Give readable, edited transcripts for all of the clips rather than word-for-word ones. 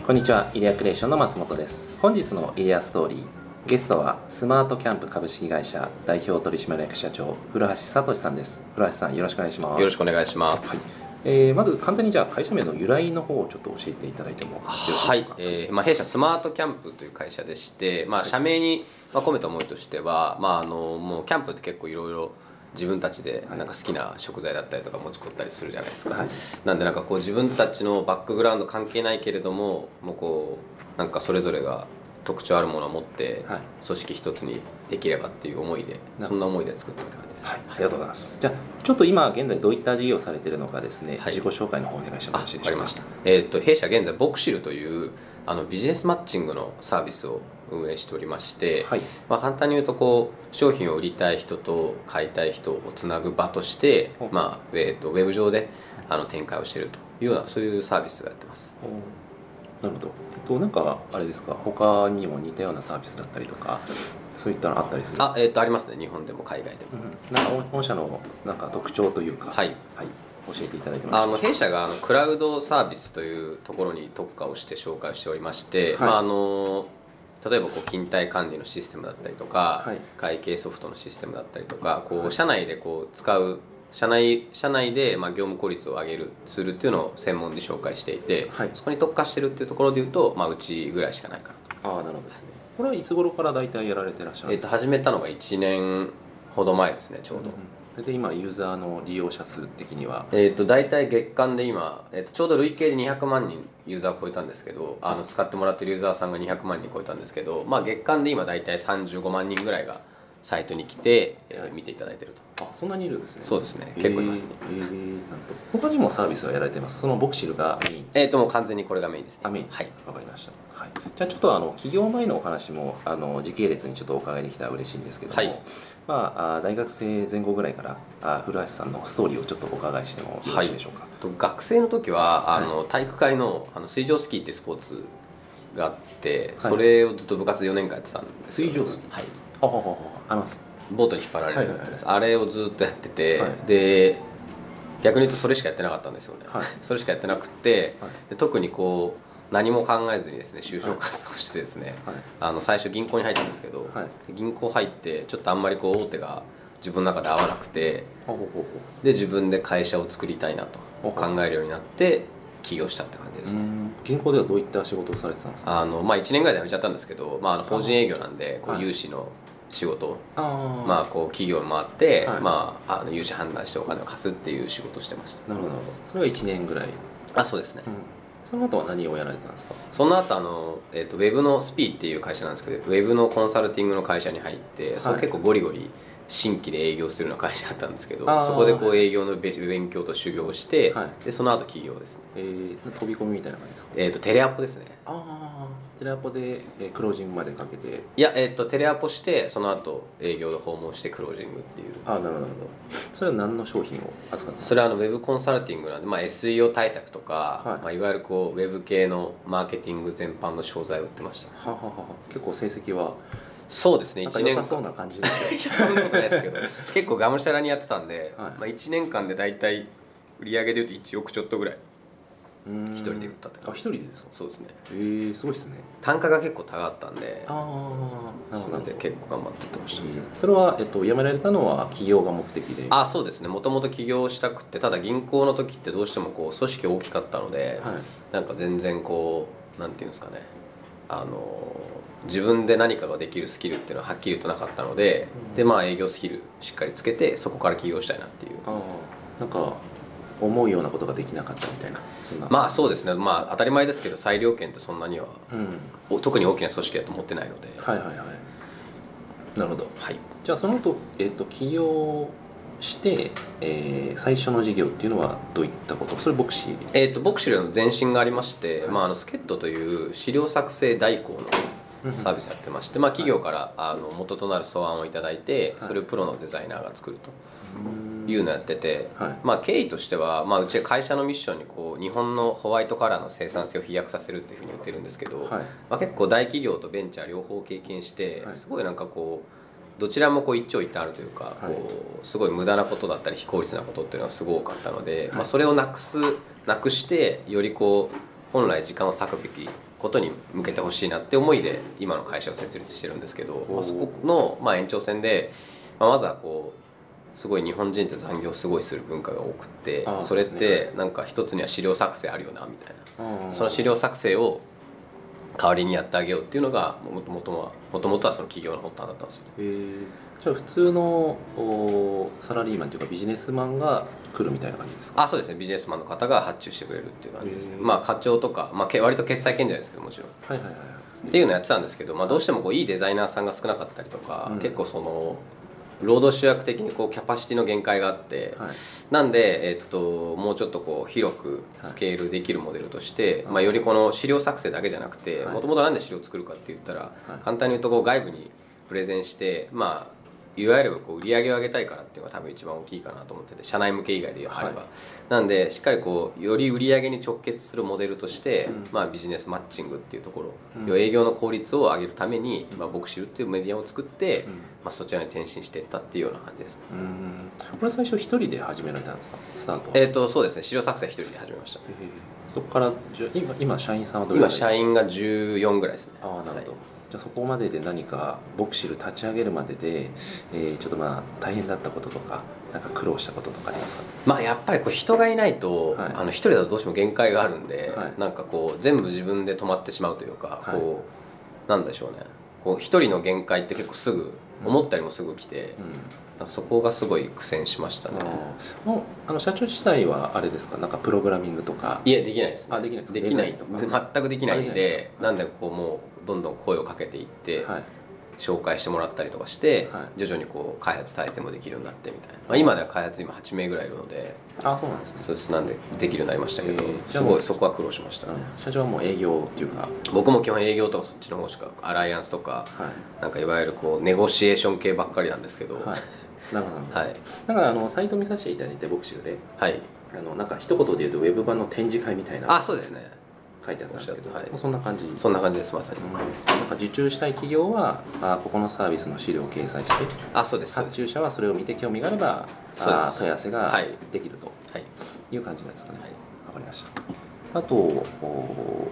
こんにちは、イデアクリエーションの松本です。本日のイデアストーリー、ゲストはスマートキャンプ株式会社代表取締役社長古橋聡さんです。古橋さん、よろしくお願いします。 よろしくお願いします。 はい。まず簡単にじゃあ会社名の由来の方をちょっと教えていただいてもよろしいですか。 はい、弊社スマートキャンプという会社でして、社名に込めた思いとしては、もうキャンプって結構いろいろ自分たちでなんか好きな食材だったりとか持ち込ったりするじゃないですか、はい、なんでなんかこう自分たちのバックグラウンド関係ないけれども、もうこうなんかそれぞれが特徴あるものを持って組織一つにできればっていう思いで、そんな思いで作ったって感じです。 はい、ありがとうございます。じゃあちょっと今現在どういった事業をされているのかですね、 はい、 自己紹介の方お願いしてもよろしいでしょうか。 わかりました。弊社現在ボクシルというビジネスマッチングのサービスを運営しておりまして、はい、簡単に言うとこう商品を売りたい人と買いたい人をつなぐ場として、ウェブ上で展開をしているというようなそういうサービスをやってます。 なるほど。なんかあれですか、他にも似たようなサービスだったりとかそういったのあったりするんですか。 ありますね。日本でも海外でも、 なんか御社のなんか特徴というか、 はいはい、教えていただいてもいいですか。 弊社がクラウドサービスというところに特化をして紹介しておりまして、はい、例えばこう勤怠管理のシステムだったりとか、はい、会計ソフトのシステムだったりとか、こう社内でこう使う社内で業務効率を上げるツールっていうのを専門に紹介していて、はい、そこに特化してるっていうところでいうと、うちぐらいしかないかなと。 なるほどですね。これはいつ頃から大体やられてらっしゃるんですか。 始めたのが1年ほど前ですね、ちょうど。 で今ユーザーの利用者数的には大体月間で今、ちょうど累計で200万人ユーザーを超えたんですけど、使ってもらってるユーザーさんが200万人超えたんですけど、月間で今大体35万人ぐらいがサイトに来て、見ていただいてると。 そんなにいるんですね。 そうですね、結構いますね。 他にもサービスをやられてます。そのボクシルがメイン。 もう完全にこれがメインですね。 メイン。 はい、 わかりました。はい、じゃあちょっと起業前のお話も時系列にちょっとお伺いできたら嬉しいんですけども、はい、大学生前後ぐらいから古橋さんのストーリーをちょっとお伺いしてもよろしいでしょうか。はい、 学生の時は体育会の水上スキーっていうスポーツがあって、それをずっと部活で4年間やってたんですよ。 水上スキー。 はい。ボートに引っ張られるやつです。あれをずっとやってて、で逆に言うとそれしかやってなかったんですよね。はい、それしかやってなくて、で特にこう何も考えずにですね、就職活動してですね、最初銀行に入ったんですけど、銀行入ってちょっとあんまりこう大手が自分の中で合わなくて、で自分で会社を作りたいなと考えるようになって起業したって感じですね。 銀行ではどういった仕事をされてたんですか。 1年ぐらいで辞めちゃったんですけど、法人営業なんでこう融資の仕事、こう企業に回って、融資判断してお金を貸すっていう仕事をしてました。 なるほど。それは1年ぐらい。 そうですね。 その後は何をやられたんですか。 その後ウェブのスピーっていう会社なんですけど、ウェブのコンサルティングの会社に入って、それ結構ゴリゴリ新規で営業するような会社だったんですけど、そこでこう営業の勉強と修行をして、でその後起業ですね。 飛び込みみたいな感じですか。 テレアポですね。 テレアポでクロージングまでかけて。 いや、テレアポしてその後営業で訪問してクロージングっていう。 なるほど。それは何の商品を扱ってますか。 それはウェブコンサルティングなんで、SEO 対策とか、いわゆるこうウェブ系のマーケティング全般の商材を売ってました。 結構成績は。 そうですね、 1年間良さそうな感じですよ。そんなことないですけど結構がむしゃらにやってたんで、1年間で大体売り上げでいうと1億ちょっとぐらい一人で売ったって感じ。 一人でですか。 そうですね。 すごいですね。 単価が結構高かったんで、それで結構頑張ってやってました。 それは辞められたのは起業が目的で。 そうですね。もともと起業したくて、ただ銀行の時ってどうしてもこう組織大きかったので、なんか全然こうなんていうんですかね、自分で何かができるスキルっていうのははっきり言うとなかったので、で営業スキルしっかりつけてそこから起業したいなっていう。 なんか思うようなことができなかったみたいな。 そうですね。当たり前ですけど裁量権ってそんなには、特に大きな組織だと思ってないので。 なるほど。 はい。 じゃあその後起業して、最初の事業っていうのはどういったこと。それボクシル。 ボクシルの前身がありまして、スケットという資料作成代行のサービスやってまして、企業から元となる素案をいただいて、それをプロのデザイナーが作るというのをやってて、経緯としては、うちは会社のミッションにこう日本のホワイトカラーの生産性を飛躍させるっていうふうに言ってるんですけど、結構大企業とベンチャー両方経験して、すごいなんかこうどちらもこう一長一短あるというか、こうすごい無駄なことだったり非効率なことっていうのはすごく多かったので、それをなくしてよりこう本来時間を割くべきことに向けてほしいなって思いで今の会社を設立してるんですけど、そこの延長線で、まずはこうすごい日本人って残業すごいする文化が多くて、それってなんか一つには資料作成あるよなみたいな、その資料作成を代わりにやってあげようっていうのがもともとはその企業の発端だったんですよ。 じゃあ普通のサラリーマンというかビジネスマンが来るみたいな感じですか？ そうですね、ビジネスマンの方が発注してくれるっていう感じです。課長とか、割と決裁権じゃないですけどもちろん、っていうのやってたんですけど、どうしてもこういいデザイナーさんが少なかったりとか、結構その労働集約的にこうキャパシティの限界があって、なんで、もうちょっとこう広くスケールできるモデルとして、よりこの資料作成だけじゃなくて、もともとなんで資料を作るかって言ったら、簡単に言うとこう外部にプレゼンして、いわゆるこう売り上げを上げたいからっていうのが多分一番大きいかなと思ってて、社内向け以外であれば、なんでしっかりこうより売り上げに直結するモデルとして、ビジネスマッチングっていうところ、営業の効率を上げるために、ボクシルっていうメディアを作って、そちらに転身していったっていうような感じです。 これ最初一人で始められたんですか？スタートは。 そうですね、資料作成一人で始めました。 そこから今社員さんはどれぐらい？ 今社員が14ぐらいですね。 なるほど。じゃあそこまでで何かボクシル立ち上げるまでで、ちょっと大変だったこととか、なんか苦労したこととかありますか？ やっぱりこう人がいないと、一人だとどうしても限界があるんで、なんかこう全部自分で止まってしまうというか、こうなんでしょうね、こう一人の限界って結構すぐ思ったりもすぐ来て、そこがすごい苦戦しましたね。 もう社長自体はあれですか、なんかプログラミングとか？ いえ、できないですね。 できないです。 できないとか全くできないんで、なんでこうもうどんどん声をかけていって、紹介してもらったりとかして、徐々にこう開発体制もできるようになってみたいな、今では開発今8名ぐらいいるので。 そうなんですね。 そうです。なんでできるようになりましたけど、すごいそこは苦労しましたね。 社長はもう営業っていうか？ 僕も基本営業とかそっちの方しか、アライアンスとか、なんかいわゆるこうネゴシエーション系ばっかりなんですけど、 なるほど。なんかサイト見させていただいて、ボクシルで、なんか一言で言うとウェブ版の展示会みたいな。 そうですね、 書いてあったんですけど、そんな感じ。 そんな感じです。まさに。 なんか受注したい企業はここのサービスの資料を掲載して、 そうです。 発注者はそれを見て興味があれば問い合わせができるという感じなんですかね。わかりました。あとちょ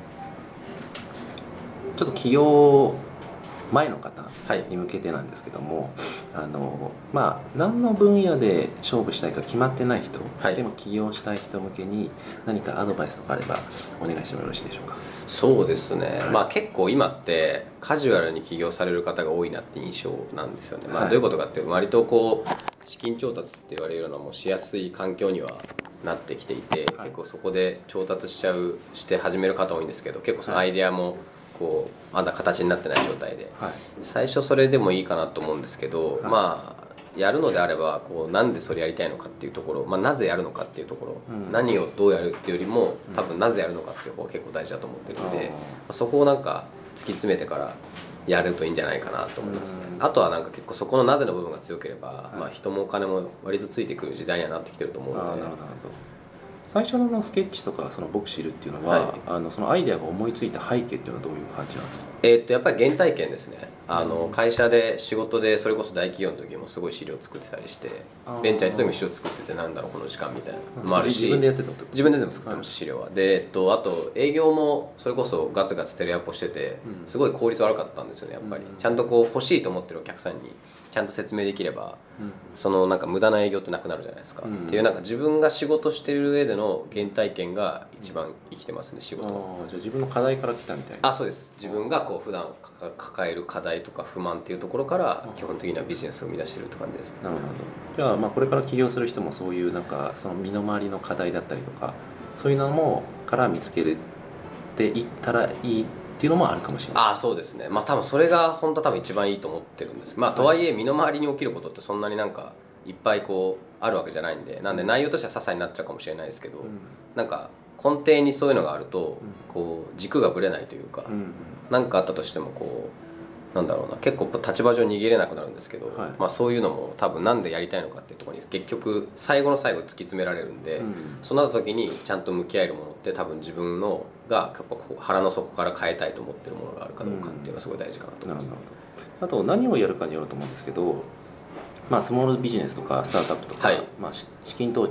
っと企業前の方に向けてなんですけども、何の分野で勝負したいか決まってない人、でも起業したい人向けに何かアドバイスとかあればお願いしてもよろしいでしょうか？ そうですね、結構今ってカジュアルに起業される方が多いなって印象なんですよね。どういうことかっていうと、割とこう資金調達って言われるようなもしやすい環境にはなってきていて、結構そこで調達して始める方多いんですけど、結構そのアイデアもこうまだ形になってない状態で、最初それでもいいかなと思うんですけど、やるのであればこうなんでそれやりたいのかっていうところ、なぜやるのかっていうところ、何をどうやるっていうよりも多分なぜやるのかっていう方が結構大事だと思ってるので、そこをなんか突き詰めてからやるといいんじゃないかなと思いますね。あとはなんか結構そこのなぜの部分が強ければ、人もお金も割とついてくる時代にはなってきてると思うので。 最初のスケッチとかそのボクシルっていうのは、そのアイデアが思いついた背景っていうのはどういう感じなんですか？ やっぱり原体験ですね。会社で仕事でそれこそ大企業の時もすごい資料作ってたりして、ベンチャーの時も資料作ってて、なんだろうこの時間みたいなのもあるし、 自分でやってたってこと？ 自分で全部作ってました、資料は。で、あと営業もそれこそガツガツテレアポしてて、すごい効率悪かったんですよね。やっぱりちゃんとこう欲しいと思ってるお客さんにちゃんと説明できれば、そのなんか無駄な営業ってなくなるじゃないですか、っていうなんか自分が仕事してる上での原体験が一番生きてますね、仕事は。 じゃあ自分の課題から来たみたいな。 そうです。自分がこう普段抱える課題とか不満っていうところから基本的にはビジネスを生み出してるって感じです。 なるほど。じゃあこれから起業する人もそういうなんかその身の回りの課題だったりとか、そういうのもから見つけていったらいいっていうのもあるかもしれない。 そうですね。多分それが本当多分一番いいと思ってるんです。とはいえ身の回りに起きることってそんなになんかいっぱいこうあるわけじゃないんで、なんで内容としては些細になっちゃうかもしれないですけど、なんか根底にそういうのがあるとこう軸がぶれないというか、何かあったとしてもこうなんだろうな、結構立場上逃げれなくなるんですけど、そういうのも多分なんでやりたいのかっていうところに結局最後の最後突き詰められるんで、そうなった時にちゃんと向き合えるものって多分自分のがやっぱ腹の底から変えたいと思ってるものがあるかどうかっていうのはすごい大事かなと思います。 あと何をやるかによると思うんですけど、スモールビジネスとかスタートアップとか、資金調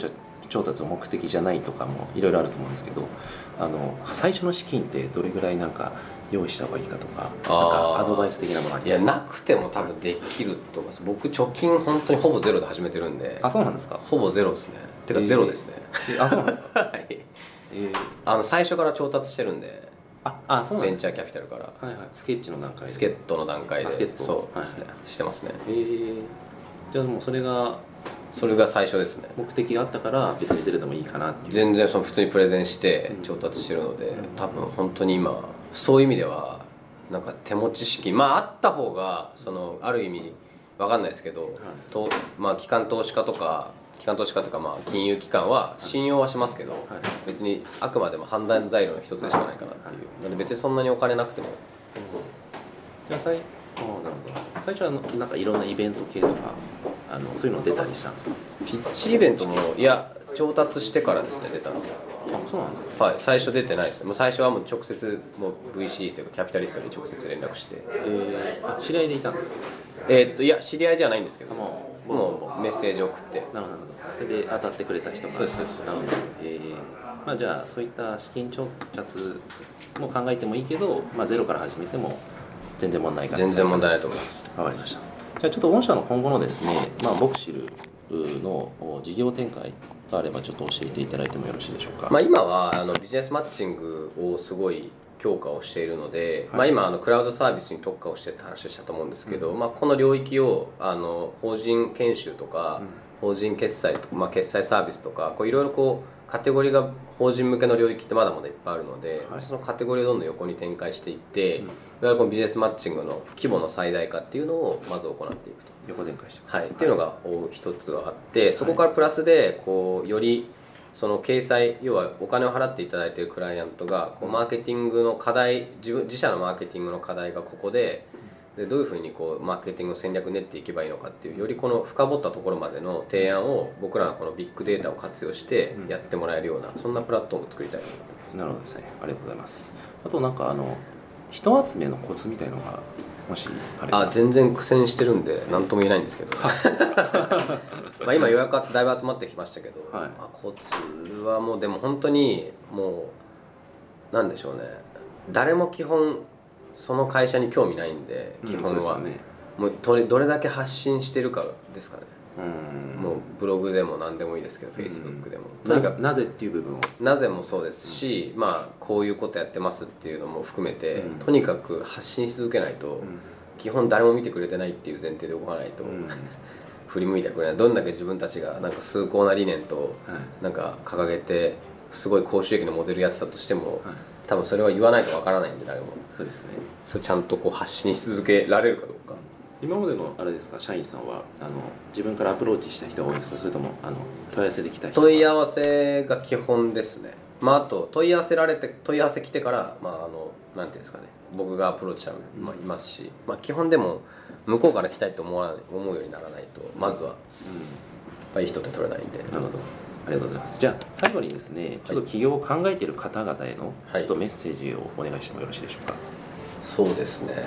調達を目的じゃないとかもいろいろあると思うんですけど、最初の資金ってどれぐらいなんか用意した方がいいかとか、なんかアドバイス的なものありますか？ いや、なくても多分できると思います。僕貯金本当にほぼゼロで始めてるんで。 あ、そうなんですか？ ほぼゼロですね。てかゼロですね。 あ、そうなんですか？ はい。最初から調達してるんで。 そうなんですね。 ベンチャーキャピタルから。 はいはい。スケッチの段階で。 スケットの段階で。 スケット。 そうですね。してますね。 じゃあもうそれが最初ですね。 目的があったから別にゼロでもいいかなっていう。 全然普通にプレゼンして調達してるので、多分本当に今そういう意味ではなんか手持ち資金あった方がある意味わかんないですけど、機関投資家とか金融機関は信用はしますけど、別にあくまでも判断材料の一つでしかないかなっていう。なので別にそんなにお金なくても。 じゃあなるほど。最初はなんかいろんなイベント系とかそういうの出たりしたんですか？ ピッチイベントも調達してからですね、出たの。 そうなんですか？ はい、最初出てないですね。最初はもう直接VC というかキャピタリストに直接連絡して。 知り合いでいたんですか？ いや、知り合いじゃないんですけど、もうメッセージを送って。 なるほど。それで当たってくれた人が。そうです。なるほど。じゃあそういった資金調達も考えてもいいけど、ゼロから始めても全然問題ないか。 全然問題ないと思います。 わかりました。じゃあちょっと御社の今後のですね、ボクシルの事業展開があればちょっと教えていただいてもよろしいでしょうか？ 今はビジネスマッチングをすごい強化をしているので、今クラウドサービスに特化をしてって話をしたと思うんですけど、この領域を法人研修とか、法人決済とか、決済サービスとかいろいろカテゴリーが法人向けの領域ってまだまだいっぱいあるので、そのカテゴリーをどんどん横に展開していって、いわゆるこのビジネスマッチングの規模の最大化っていうのをまず行っていくと。 横展開していく。 はい、っていうのが一つはあって、そこからプラスでより掲載、要はお金を払っていただいているクライアントがマーケティングの課題、自社のマーケティングの課題がここでどういうふうにマーケティングの戦略を練っていけばいいのかっていう、より深掘ったところまでの提案を僕らのこのビッグデータを活用してやってもらえるような、そんなプラットフォームを作りたいと思います。 なるほどですね。ありがとうございます。あとなんか人集めのコツみたいのがもしあれば。 全然苦戦してるんで何とも言えないんですけど今予約がだいぶ集まってきましたけど、コツはもうでも本当にもうなんでしょうね、誰も基本その会社に興味ないんで、基本は、もうどれだけ発信してるかですかね。もうブログでも何でもいいですけど、Facebook でもなぜっていう部分を、 なぜもそうですし、こういうことやってますっていうのも含めて、とにかく発信し続けないと、基本誰も見てくれてないっていう前提で動かないと、振り向いてくれない。どんだけ自分たちがなんか崇高な理念となんか掲げてすごい高収益のモデルやってたとしても、多分それは言わないとわからないんで、誰も。 そうですね。 それちゃんと発信し続けられるかどうか。 今までのあれですか、社員さんは自分からアプローチした人が多いですか、それとも問い合わせできた人が？ 問い合わせが基本ですね。あと問い合わせ来てからなんていうんですかね、僕がアプローチしたのもいますし、基本でも向こうから来たいと思うようにならないと、まずはやっぱりいい人って取れないんで。 なるほど、ありがとうございます。じゃあ最後にですね、ちょっと起業を考えている方々へのちょっとメッセージをお願いしてもよろしいでしょうか？ そうですね、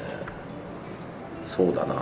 そうだな、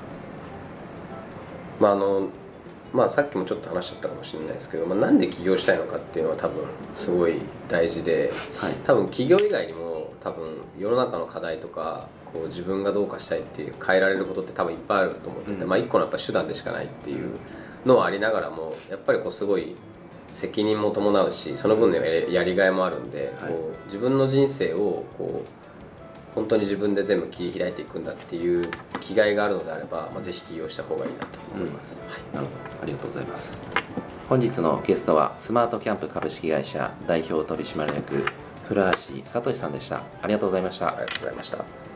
さっきもちょっと話しちゃったかもしれないですけど、なんで起業したいのかっていうのは多分すごい大事で、多分起業以外にも多分世の中の課題とか自分がどうかしたいっていう変えられることって多分いっぱいあると思ってて、一個のやっぱ手段でしかないっていうのはありながらも、やっぱりすごい責任も伴うし、その分のやりがいもあるんで、自分の人生を本当に自分で全部切り開いていくんだっていう気概があるのであれば、ぜひ起業した方がいいなと思います。 なるほど、ありがとうございます。本日のゲストはスマートキャンプ株式会社代表取締役古橋聡さんでした。ありがとうございました。 ありがとうございました。